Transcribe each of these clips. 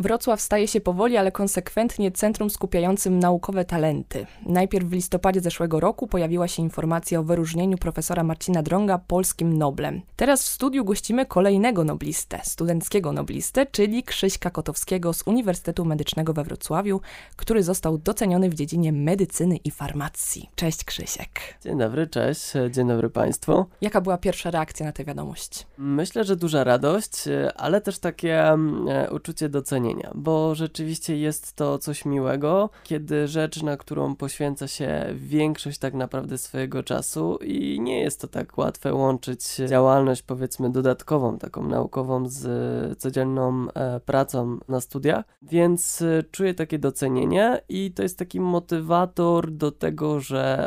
Wrocław staje się powoli, ale konsekwentnie centrum skupiającym naukowe talenty. Najpierw w listopadzie zeszłego roku pojawiła się informacja o wyróżnieniu profesora Marcina Drąga polskim Noblem. Teraz w studiu gościmy kolejnego noblistę, studenckiego noblistę, czyli Krzyśka Kotowskiego z Uniwersytetu Medycznego we Wrocławiu, który został doceniony w dziedzinie medycyny i farmacji. Cześć Krzysiek. Dzień dobry, cześć. Dzień dobry Państwu. Jaka była pierwsza reakcja na tę wiadomość? Myślę, że duża radość, ale też takie uczucie docenienia, bo rzeczywiście jest to coś miłego, kiedy rzecz, na którą poświęca się większość tak naprawdę swojego czasu i nie jest to tak łatwe łączyć działalność powiedzmy dodatkową, taką naukową z codzienną pracą na studiach, więc czuję takie docenienie i to jest taki motywator do tego, że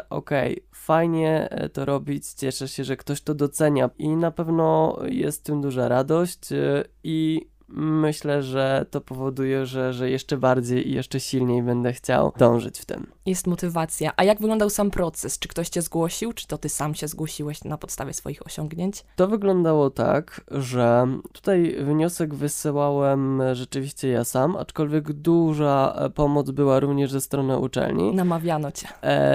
fajnie to robić, cieszę się, że ktoś to docenia i na pewno jest w tym duża radość i myślę, że to powoduje, że jeszcze bardziej i jeszcze silniej będę chciał dążyć w tym. Jest motywacja. A jak wyglądał sam proces? Czy ktoś cię zgłosił? Czy to ty sam się zgłosiłeś na podstawie swoich osiągnięć? To wyglądało tak, że tutaj wniosek wysyłałem rzeczywiście ja sam, aczkolwiek duża pomoc była również ze strony uczelni. Namawiano cię.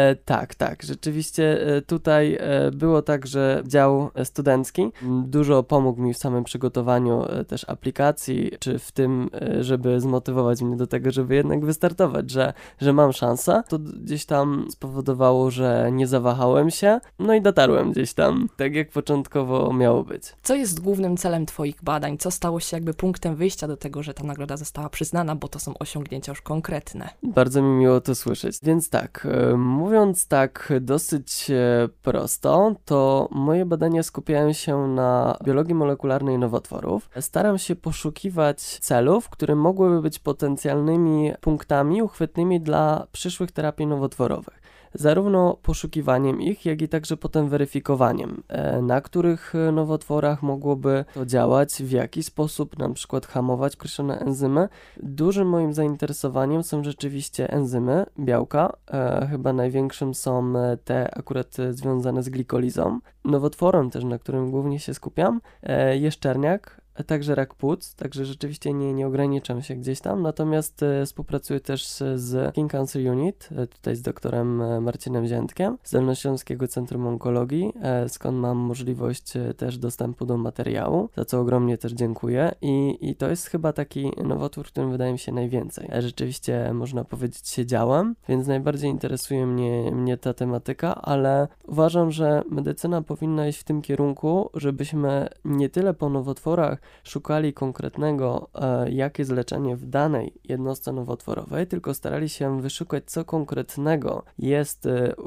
Tak. Rzeczywiście tutaj było tak, że dział studencki dużo pomógł mi w samym przygotowaniu też aplikacji, czy w tym, żeby zmotywować mnie do tego, żeby jednak wystartować, że mam szansę. To gdzieś tam spowodowało, że nie zawahałem się, no i dotarłem gdzieś tam, tak jak początkowo miało być. Co jest głównym celem twoich badań? Co stało się jakby punktem wyjścia do tego, że ta nagroda została przyznana, bo to są osiągnięcia już konkretne? Bardzo mi miło to słyszeć. Więc tak, mówiąc tak dosyć prosto, to moje badania skupiają się na biologii molekularnej nowotworów. Staram się poszukiwać celów, które mogłyby być potencjalnymi punktami uchwytnymi dla przyszłych terapii nowotworowych. Zarówno poszukiwaniem ich, jak i także potem weryfikowaniem, na których nowotworach mogłoby to działać, w jaki sposób na przykład hamować określone enzymy. Dużym moim zainteresowaniem są rzeczywiście enzymy, białka, chyba największym są te akurat związane z glikolizą. Nowotworem też, na którym głównie się skupiam, jeszczerniak, także rak płuc, także rzeczywiście nie ograniczam się gdzieś tam, natomiast współpracuję też z King Cancer Unit, tutaj z doktorem Marcinem Ziętkiem z Dolnośląskiego Centrum Onkologii, skąd mam możliwość też dostępu do materiału, za co ogromnie też dziękuję i to jest chyba taki nowotwór, w którym wydaje mi się najwięcej. Rzeczywiście można powiedzieć się działam, więc najbardziej interesuje mnie ta tematyka, ale uważam, że medycyna powinna iść w tym kierunku, żebyśmy nie tyle po nowotworach szukali konkretnego, jakie jest leczenie w danej jednostce nowotworowej, tylko starali się wyszukać, co konkretnego jest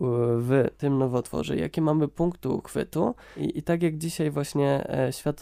w tym nowotworze, jakie mamy punkty uchwytu i tak jak dzisiaj właśnie świat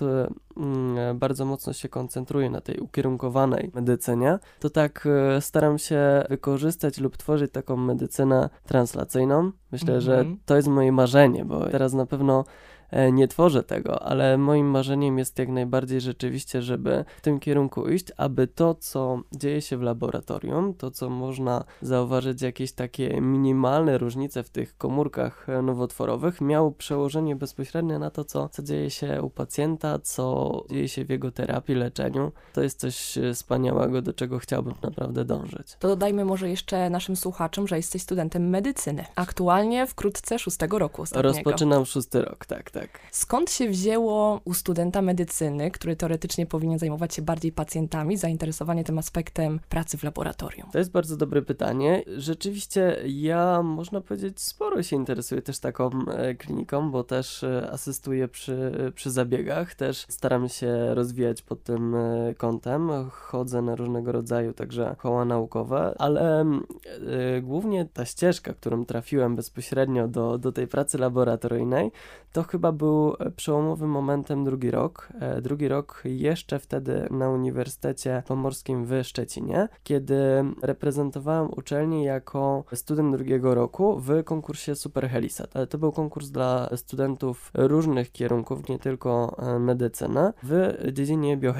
bardzo mocno się koncentruje na tej ukierunkowanej medycynie, to tak staram się wykorzystać lub tworzyć taką medycynę translacyjną. Myślę, że to jest moje marzenie, bo teraz na pewno nie tworzę tego, ale moim marzeniem jest jak najbardziej rzeczywiście, żeby w tym kierunku iść, aby to, co dzieje się w laboratorium, to, co można zauważyć, jakieś takie minimalne różnice w tych komórkach nowotworowych, miało przełożenie bezpośrednie na to, co dzieje się u pacjenta, co dzieje się w jego terapii, leczeniu. To jest coś wspaniałego, do czego chciałbym naprawdę dążyć. To dodajmy może jeszcze naszym słuchaczom, że jesteś studentem medycyny. Aktualnie wkrótce 6. roku ostatniego. Rozpoczynam 6. rok, tak. Skąd się wzięło u studenta medycyny, który teoretycznie powinien zajmować się bardziej pacjentami, zainteresowanie tym aspektem pracy w laboratorium? To jest bardzo dobre pytanie. Rzeczywiście ja, można powiedzieć, sporo się interesuję też taką kliniką, bo też asystuję przy zabiegach, też staram się rozwijać pod tym kątem, chodzę na różnego rodzaju także koła naukowe, ale głównie ta ścieżka, którą trafiłem bezpośrednio do tej pracy laboratoryjnej, to chyba był przełomowym momentem drugi rok. Drugi rok jeszcze wtedy na Uniwersytecie Pomorskim w Szczecinie, kiedy reprezentowałem uczelnię jako student drugiego roku w konkursie Super Helisat. To był konkurs dla studentów różnych kierunków, nie tylko medycyny, w dziedzinie biochemii.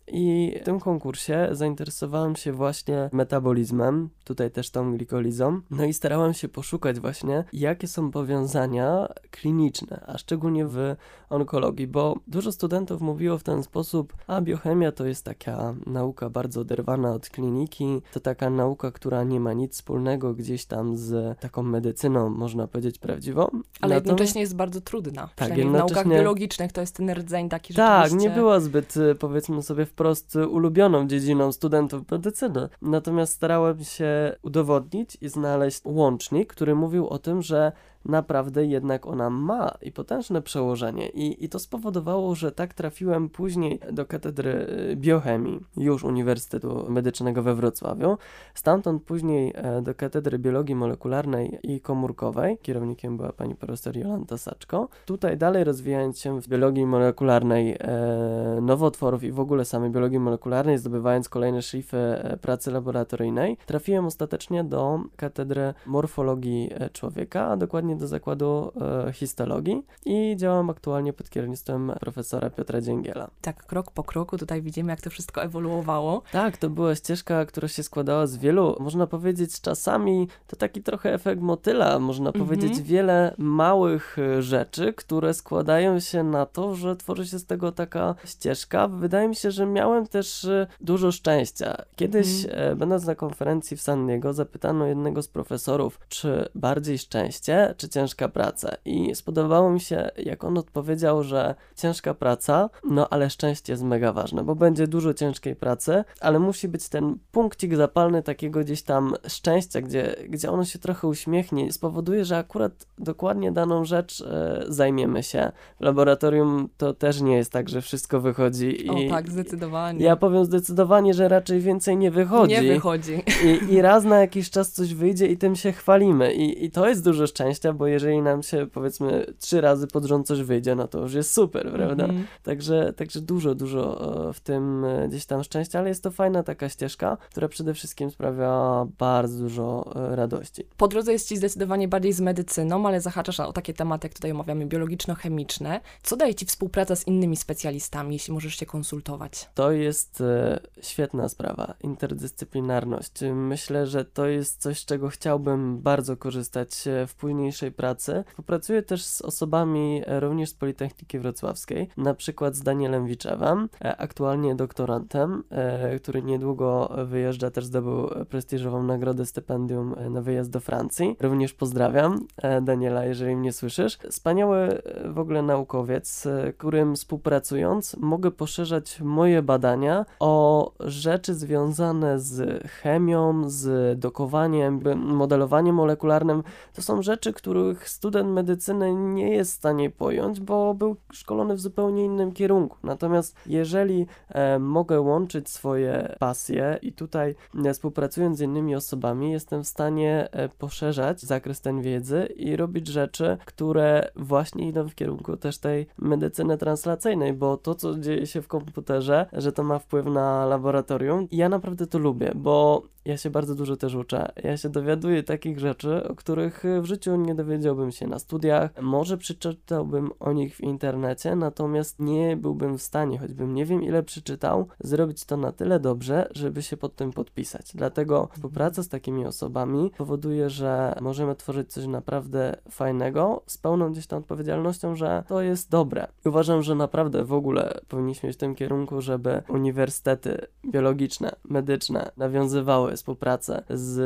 I w tym konkursie zainteresowałem się właśnie metabolizmem, tutaj też tą glikolizą, no i starałem się poszukać właśnie, jakie są powiązania kliniczne, a szczególnie w onkologii, bo dużo studentów mówiło w ten sposób, a biochemia to jest taka nauka bardzo oderwana od kliniki, to taka nauka, która nie ma nic wspólnego gdzieś tam z taką medycyną, można powiedzieć, prawdziwą. Ale jednocześnie jest bardzo trudna. Tak, w naukach biologicznych to jest ten rdzeń taki tak, rzeczywiście... nie była zbyt, powiedzmy sobie wprost, ulubioną dziedziną studentów medycyny. Natomiast starałem się udowodnić i znaleźć łącznik, który mówił o tym, że naprawdę jednak ona ma i potężne przełożenie i to spowodowało, że tak trafiłem później do katedry biochemii już Uniwersytetu Medycznego we Wrocławiu, stamtąd później do katedry biologii molekularnej i komórkowej, kierownikiem była pani profesor Jolanta Saczko. Tutaj dalej rozwijając się w biologii molekularnej nowotworów i w ogóle samej biologii molekularnej, zdobywając kolejne szlify pracy laboratoryjnej, trafiłem ostatecznie do katedry morfologii człowieka, a dokładnie do zakładu histologii i działam aktualnie pod kierownictwem profesora Piotra Dzięgiela. Tak, krok po kroku tutaj widzimy, jak to wszystko ewoluowało. Tak, to była ścieżka, która się składała z wielu, można powiedzieć czasami to taki trochę efekt motyla, można powiedzieć wiele małych rzeczy, które składają się na to, że tworzy się z tego taka ścieżka. Wydaje mi się, że miałem też dużo szczęścia. Kiedyś będąc na konferencji w San Diego zapytano jednego z profesorów, czy bardziej szczęście, czy ciężka praca. I spodobało mi się, jak on odpowiedział, że ciężka praca, no ale szczęście jest mega ważne, bo będzie dużo ciężkiej pracy, ale musi być ten punkcik zapalny takiego gdzieś tam szczęścia, gdzie ono się trochę uśmiechnie, spowoduje, że akurat dokładnie daną rzecz zajmiemy się. W laboratorium to też nie jest tak, że wszystko wychodzi. O tak, zdecydowanie. Ja powiem zdecydowanie, że raczej więcej nie wychodzi. Nie wychodzi. I raz na jakiś czas coś wyjdzie i tym się chwalimy. I to jest dużo szczęścia, bo jeżeli nam się, powiedzmy, 3 razy pod rząd coś wyjdzie, no to już jest super, prawda? Także dużo w tym gdzieś tam szczęścia, ale jest to fajna taka ścieżka, która przede wszystkim sprawia bardzo dużo radości. Po drodze jest ci zdecydowanie bardziej z medycyną, ale zahaczasz o takie tematy, jak tutaj omawiamy, biologiczno-chemiczne. Co daje ci współpraca z innymi specjalistami, jeśli możesz się konsultować? To jest świetna sprawa, interdyscyplinarność. Myślę, że to jest coś, z czego chciałbym bardzo korzystać w późniejszej pracy. Współpracuję też z osobami również z Politechniki Wrocławskiej, na przykład z Danielem Wiczewem, aktualnie doktorantem, który niedługo wyjeżdża, też zdobył prestiżową nagrodę stypendium na wyjazd do Francji. Również pozdrawiam Daniela, jeżeli mnie słyszysz. Wspaniały w ogóle naukowiec, którym współpracując mogę poszerzać moje badania o rzeczy związane z chemią, z dokowaniem, modelowaniem molekularnym. To są rzeczy, których student medycyny nie jest w stanie pojąć, bo był szkolony w zupełnie innym kierunku. Natomiast jeżeli mogę łączyć swoje pasje i tutaj współpracując z innymi osobami jestem w stanie poszerzać zakres tej wiedzy i robić rzeczy, które właśnie idą w kierunku też tej medycyny translacyjnej, bo to, co dzieje się w komputerze, że to ma wpływ na laboratorium, ja naprawdę to lubię, bo ja się bardzo dużo też uczę. Ja się dowiaduję takich rzeczy, o których w życiu nie dowiedziałbym się na studiach. Może przeczytałbym o nich w internecie, natomiast nie byłbym w stanie, choćbym nie wiem ile przeczytał, zrobić to na tyle dobrze, żeby się pod tym podpisać. Dlatego współpraca z takimi osobami powoduje, że możemy tworzyć coś naprawdę fajnego, z pełną gdzieś tam odpowiedzialnością, że to jest dobre. I uważam, że naprawdę w ogóle powinniśmy iść w tym kierunku, żeby uniwersytety biologiczne, medyczne nawiązywały współpracę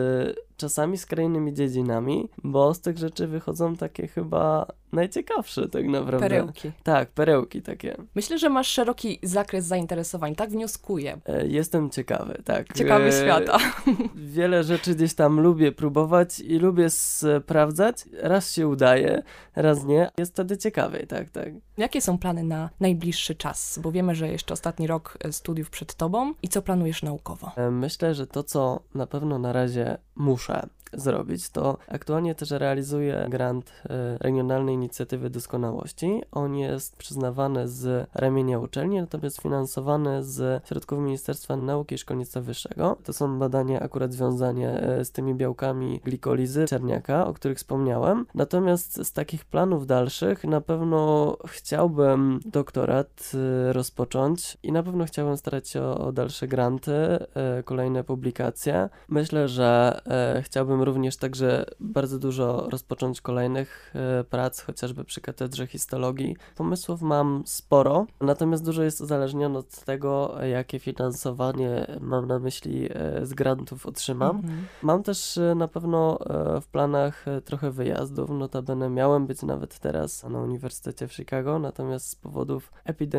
z czasami skrajnymi dziedzinami, bo z tych rzeczy wychodzą takie chyba najciekawsze tak naprawdę. Perełki. Tak, perełki takie. Myślę, że masz szeroki zakres zainteresowań, tak wnioskuję. Jestem ciekawy, tak. Ciekawy świata. Wiele rzeczy gdzieś tam lubię próbować i lubię sprawdzać. Raz się udaje, raz nie. Jest wtedy ciekawiej, tak. Jakie są plany na najbliższy czas? Bo wiemy, że jeszcze ostatni rok studiów przed tobą. I co planujesz naukowo? Myślę, że to, co na pewno na razie muszę, zrobić, to aktualnie też realizuję grant Regionalnej Inicjatywy Doskonałości. On jest przyznawany z ramienia uczelni, natomiast finansowany z środków Ministerstwa Nauki i Szkolnictwa Wyższego. To są badania akurat związane z tymi białkami glikolizy czerniaka, o których wspomniałem. Natomiast z takich planów dalszych na pewno chciałbym doktorat rozpocząć i na pewno chciałbym starać się o dalsze granty, kolejne publikacje. Myślę, że chciałbym również także bardzo dużo rozpocząć kolejnych prac, chociażby przy katedrze histologii. Pomysłów mam sporo, natomiast dużo jest uzależnione od tego, jakie finansowanie mam na myśli z grantów otrzymam. Mam też na pewno w planach trochę wyjazdów, notabene miałem być nawet teraz na Uniwersytecie w Chicago, natomiast z powodów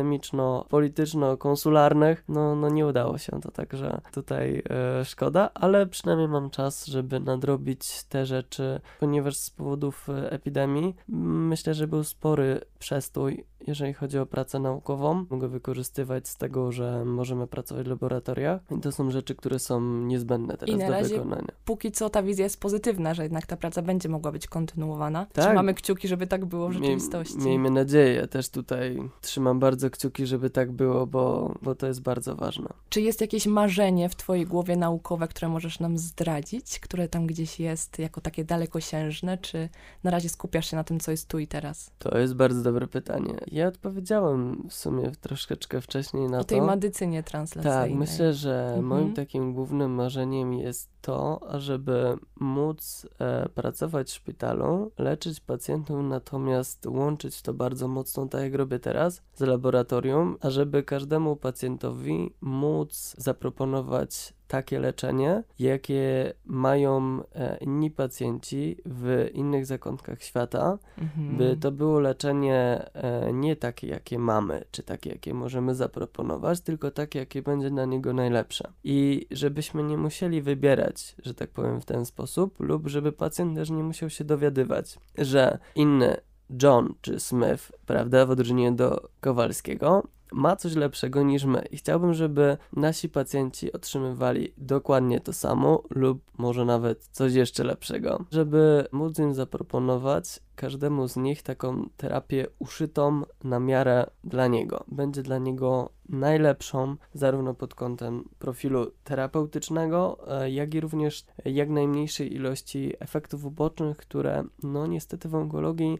epidemiczno-polityczno-konsularnych no nie udało się to, także tutaj szkoda, ale przynajmniej mam czas, żeby nadrobić te rzeczy, ponieważ z powodów epidemii myślę, że był spory przestój, jeżeli chodzi o pracę naukową. Mogę wykorzystywać z tego, że możemy pracować w laboratoriach i to są rzeczy, które są niezbędne teraz do wykonania. Póki co ta wizja jest pozytywna, że jednak ta praca będzie mogła być kontynuowana. Tak. Trzymamy kciuki, żeby tak było w rzeczywistości. Miejmy nadzieję. Też tutaj trzymam bardzo kciuki, żeby tak było, bo to jest bardzo ważne. Czy jest jakieś marzenie w twojej głowie naukowe, które możesz nam zdradzić, które tam gdzieś jest jako takie dalekosiężne, czy na razie skupiasz się na tym, co jest tu i teraz? To jest bardzo dobre pytanie. Ja odpowiedziałem w sumie troszeczkę wcześniej na to. O tej medycynie translacyjnej. Tak, myślę, że moim takim głównym marzeniem jest to, żeby móc pracować w szpitalu, leczyć pacjentów, natomiast łączyć to bardzo mocno, tak jak robię teraz, z laboratorium, a żeby każdemu pacjentowi móc zaproponować takie leczenie, jakie mają inni pacjenci w innych zakątkach świata, by to było leczenie nie takie, jakie mamy, czy takie, jakie możemy zaproponować, tylko takie, jakie będzie dla niego najlepsze. I żebyśmy nie musieli wybierać, że tak powiem, w ten sposób, lub żeby pacjent też nie musiał się dowiadywać, że inny John czy Smith, prawda, w odróżnieniu do Kowalskiego, ma coś lepszego niż my i chciałbym, żeby nasi pacjenci otrzymywali dokładnie to samo lub może nawet coś jeszcze lepszego, żeby móc im zaproponować każdemu z nich taką terapię uszytą na miarę dla niego. Będzie dla niego najlepszą zarówno pod kątem profilu terapeutycznego, jak i również jak najmniejszej ilości efektów ubocznych, które no niestety w onkologii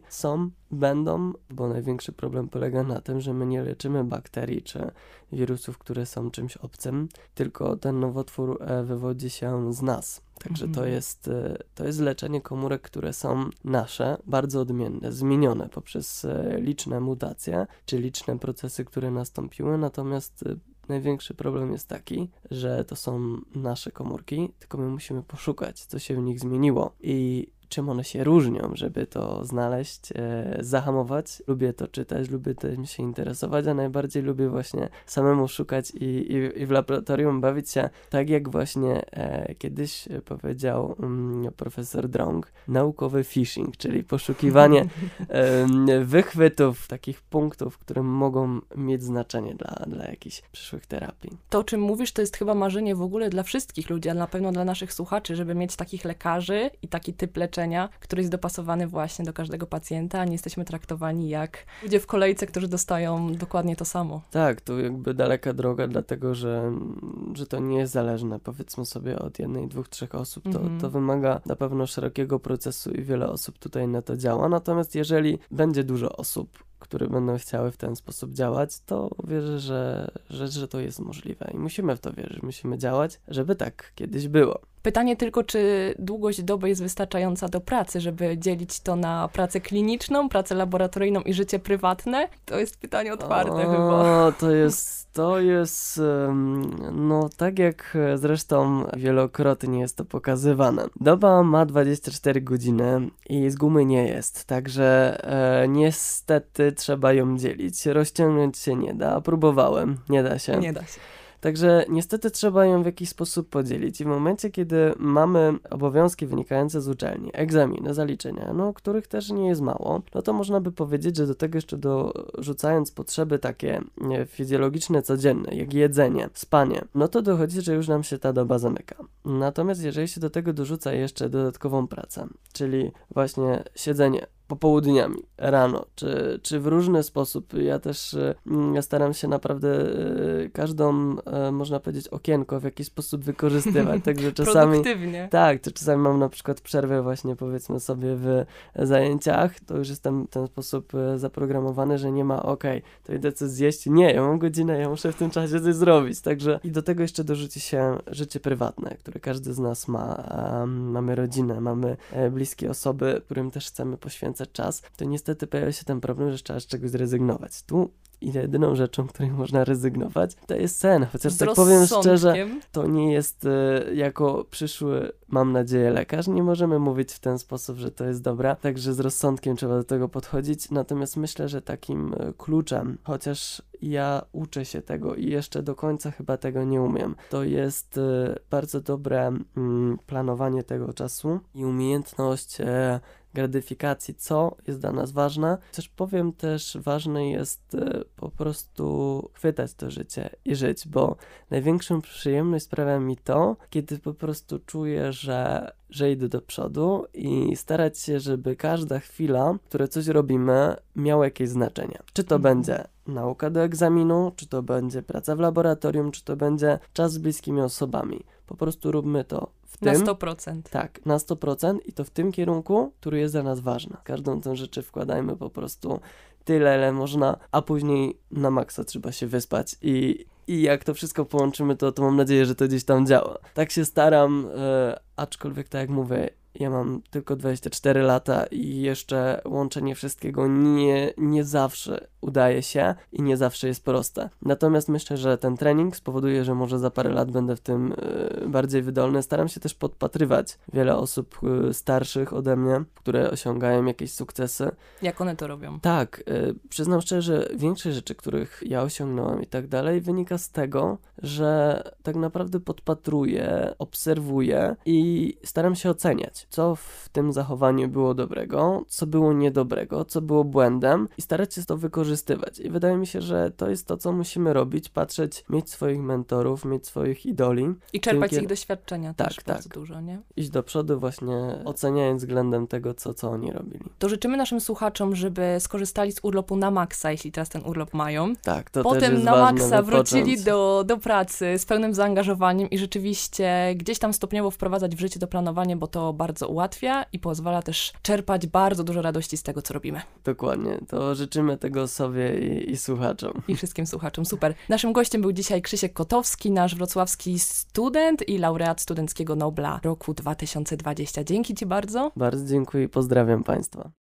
będą, bo największy problem polega na tym, że my nie leczymy bakterii czy wirusów, które są czymś obcym, tylko ten nowotwór wywodzi się z nas. Także to jest leczenie komórek, które są nasze, bardzo odmienne, zmienione poprzez liczne mutacje, czy liczne procesy, które nastąpiły, natomiast największy problem jest taki, że to są nasze komórki, tylko my musimy poszukać, co się w nich zmieniło i czym one się różnią, żeby to znaleźć, zahamować. Lubię to czytać, lubię tym się interesować, a najbardziej lubię właśnie samemu szukać i w laboratorium bawić się tak, jak właśnie kiedyś powiedział profesor Drong, naukowy phishing, czyli poszukiwanie wychwytów, takich punktów, które mogą mieć znaczenie dla jakichś przyszłych terapii. To, o czym mówisz, to jest chyba marzenie w ogóle dla wszystkich ludzi, ale na pewno dla naszych słuchaczy, żeby mieć takich lekarzy i taki typ leczenia, który jest dopasowany właśnie do każdego pacjenta, a nie jesteśmy traktowani jak ludzie w kolejce, którzy dostają dokładnie to samo. Tak, to jakby daleka droga, dlatego że to nie jest zależne, powiedzmy sobie, od jednej, dwóch, trzech osób. To wymaga na pewno szerokiego procesu i wiele osób tutaj na to działa. Natomiast jeżeli będzie dużo osób, które będą chciały w ten sposób działać, to wierzę, że to jest możliwe i musimy w to wierzyć, musimy działać, żeby tak kiedyś było. Pytanie tylko, czy długość doby jest wystarczająca do pracy, żeby dzielić to na pracę kliniczną, pracę laboratoryjną i życie prywatne? To jest pytanie otwarte chyba. To jest, no tak jak zresztą wielokrotnie jest to pokazywane. Doba ma 24 godziny i z gumy nie jest, także niestety trzeba ją dzielić. Rozciągnąć się nie da, próbowałem, nie da się. Nie da się. Także niestety trzeba ją w jakiś sposób podzielić i w momencie, kiedy mamy obowiązki wynikające z uczelni, egzaminy, zaliczenia, no których też nie jest mało, no to można by powiedzieć, że do tego jeszcze dorzucając potrzeby takie fizjologiczne, codzienne, jak jedzenie, spanie, no to dochodzi, że już nam się ta doba zamyka. Natomiast jeżeli się do tego dorzuca jeszcze dodatkową pracę, czyli właśnie siedzenie popołudniami, rano, czy w różny sposób. Ja też staram się naprawdę każdą, można powiedzieć, okienko w jakiś sposób wykorzystywać, także czasami... Produktywnie. Tak, to czasami mam na przykład przerwę właśnie, powiedzmy sobie, w zajęciach, to już jestem w ten sposób zaprogramowany, że nie ma, to idę coś zjeść, nie, ja mam godzinę, ja muszę w tym czasie coś zrobić, także i do tego jeszcze dorzuci się życie prywatne, które każdy z nas ma, mamy rodzinę, mamy bliskie osoby, którym też chcemy poświęcać czas, to niestety pojawia się ten problem, że trzeba z czegoś zrezygnować. Tu i jedyną rzeczą, której można rezygnować, to jest sen. Chociaż tak powiem szczerze, to nie jest jako przyszły, mam nadzieję, lekarz. Nie możemy mówić w ten sposób, że to jest dobra. Także z rozsądkiem trzeba do tego podchodzić. Natomiast myślę, że takim kluczem, chociaż ja uczę się tego i jeszcze do końca chyba tego nie umiem, to jest bardzo dobre planowanie tego czasu i umiejętność gratyfikacji, co jest dla nas ważne. Też powiem też, ważne jest po prostu chwytać to życie i żyć, bo największą przyjemność sprawia mi to, kiedy po prostu czuję, że idę do przodu i starać się, żeby każda chwila, w której coś robimy, miała jakieś znaczenie. Czy to będzie nauka do egzaminu, czy to będzie praca w laboratorium, czy to będzie czas z bliskimi osobami. Po prostu róbmy to w tym. Na 100%. Tak, na 100% i to w tym kierunku, który jest dla nas ważny. Każdą tę rzeczy wkładajmy po prostu tyle, ile można, a później na maksa trzeba się wyspać i jak to wszystko połączymy, to mam nadzieję, że to gdzieś tam działa. Tak się staram, aczkolwiek tak jak mówię, ja mam tylko 24 lata i jeszcze łączenie wszystkiego nie zawsze udaje się i nie zawsze jest proste. Natomiast myślę, że ten trening spowoduje, że może za parę lat będę w tym bardziej wydolny. Staram się też podpatrywać wiele osób starszych ode mnie, które osiągają jakieś sukcesy. Jak one to robią? Tak, przyznam szczerze, że większość rzeczy, których ja osiągnąłem i tak dalej, wynika z tego, że tak naprawdę podpatruję, obserwuję i staram się oceniać, co w tym zachowaniu było dobrego, co było niedobrego, co było błędem i starać się to wykorzystywać. I wydaje mi się, że to jest to, co musimy robić, patrzeć, mieć swoich mentorów, mieć swoich idoli. I czerpać z ich doświadczenia tak, też bardzo dużo, nie? Iść do przodu właśnie oceniając względem tego, co oni robili. To życzymy naszym słuchaczom, żeby skorzystali z urlopu na maksa, jeśli teraz ten urlop mają. Tak, to potem też jest na ważne, maksa wrócili wypocząć. do pracy z pełnym zaangażowaniem i rzeczywiście gdzieś tam stopniowo wprowadzać w życie to planowanie, bo to bardzo ułatwia i pozwala też czerpać bardzo dużo radości z tego, co robimy. Dokładnie, to życzymy tego sobie i słuchaczom. I wszystkim słuchaczom, super. Naszym gościem był dzisiaj Krzysiek Kotowski, nasz wrocławski student i laureat Studenckiego Nobla roku 2020. Dzięki Ci bardzo. Bardzo dziękuję i pozdrawiam Państwa.